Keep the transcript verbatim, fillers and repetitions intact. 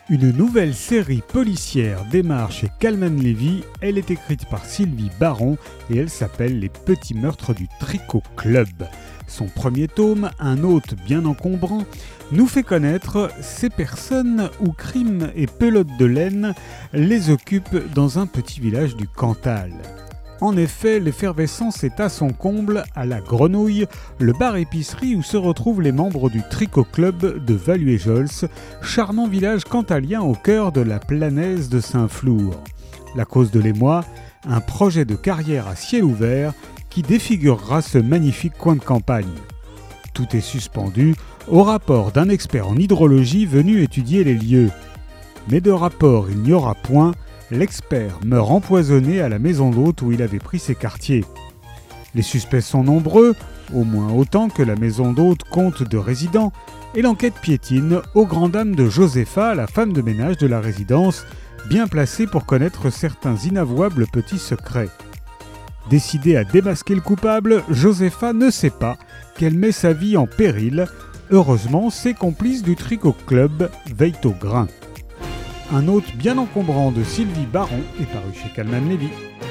Une nouvelle série policière démarre chez Calman Levy. Elle est écrite par Sylvie Baron et elle s'appelle Les Petits Meurtres du Tricot Club. Son premier tome, un hôte bien encombrant, nous fait connaître ces personnes où crime et pelote de laine les occupent dans un petit village du Cantal. En effet, l'effervescence est à son comble à la Grenouille, le bar-épicerie où se retrouvent les membres du Tricot Club de Valuéjols, charmant village cantalien au cœur de la planaise de Saint-Flour. La cause de l'émoi, un projet de carrière à ciel ouvert qui défigurera ce magnifique coin de campagne. Tout est suspendu au rapport d'un expert en hydrologie venu étudier les lieux. Mais de rapport il n'y aura point. L'expert meurt empoisonné à la maison d'hôte où il avait pris ses quartiers. Les suspects sont nombreux, au moins autant que la maison d'hôte compte de résidents, et l'enquête piétine aux grandes dames de Josepha, la femme de ménage de la résidence, bien placée pour connaître certains inavouables petits secrets. Décidée à démasquer le coupable, Josepha ne sait pas qu'elle met sa vie en péril. Heureusement, ses complices du Tricot Club veillent au grain. Un hôte bien encombrant de Sylvie Baron est paru chez Calman Levy.